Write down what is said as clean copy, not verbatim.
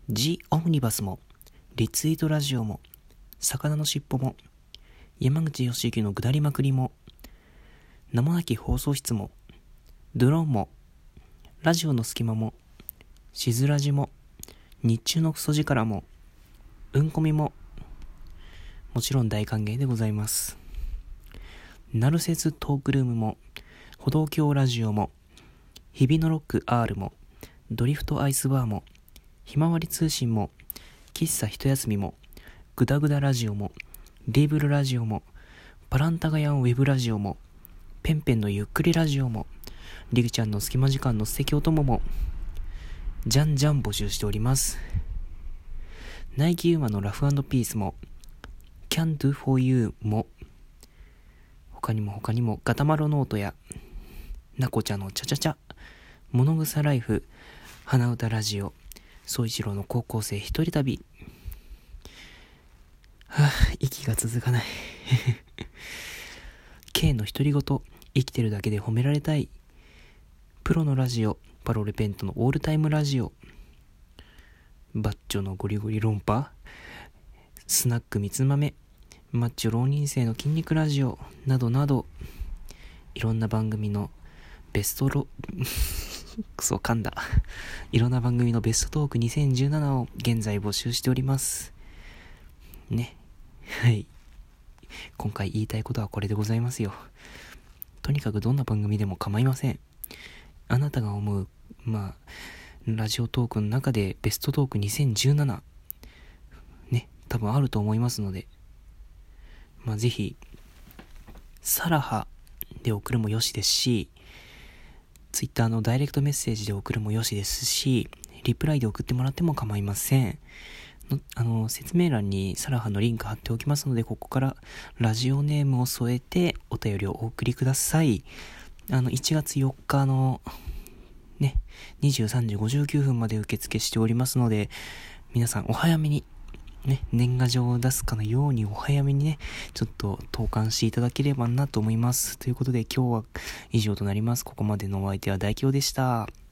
ジ・オムニバスも、リツイートラジオも、魚のしっぽも、山口義行の下りまくりも、名もなき放送室も、ドローンも、ラジオの隙間も、しずらじも、日中のクソ力も、うんこみも、もちろん大歓迎でございます。ナルセストークルームも、歩道橋ラジオも、日々のロック R も、ドリフトアイスバーも、ひまわり通信も、喫茶一休みも、グダグダラジオも、リーブルラジオも、パランタガヤンウェブラジオも、ペンペンのゆっくりラジオも、リグちゃんの隙間時間の素敵お供も、じゃんじゃん募集しております。ナイキユーマのラフ&ピースも、Can Do For You も、他にもガタマロノートやナコちゃんのチャチャチャ、物草ライフ、花歌ラジオ、総一郎の高校生一人旅。息が続かないK の独り言、生きてるだけで褒められたい。プロのラジオ、パロレペントのオールタイムラジオ、バッチョのゴリゴリ論破、スナックみつ豆、マッチョ浪人生の筋肉ラジオなどなど、いろんな番組のベストいろんな番組のベストトーク2017を現在募集しておりますね。はい、今回言いたいことはこれでございますよ。とにかくどんな番組でも構いません。あなたが思うラジオトークの中でベストトーク2017ね、多分あると思いますので、ぜひサラハで送るもよしですし、ツイッターのダイレクトメッセージで送るもよしですし、リプライで送ってもらっても構いません。説明欄にサラハのリンク貼っておきますので、ここからラジオネームを添えてお便りをお送りください。1月4日のね、23時59分まで受付しておりますので、皆さんお早めにね、年賀状を出すかのようにお早めにね、ちょっと投函していただければなと思います。ということで今日は以上となります。ここまでのお相手は大京でした。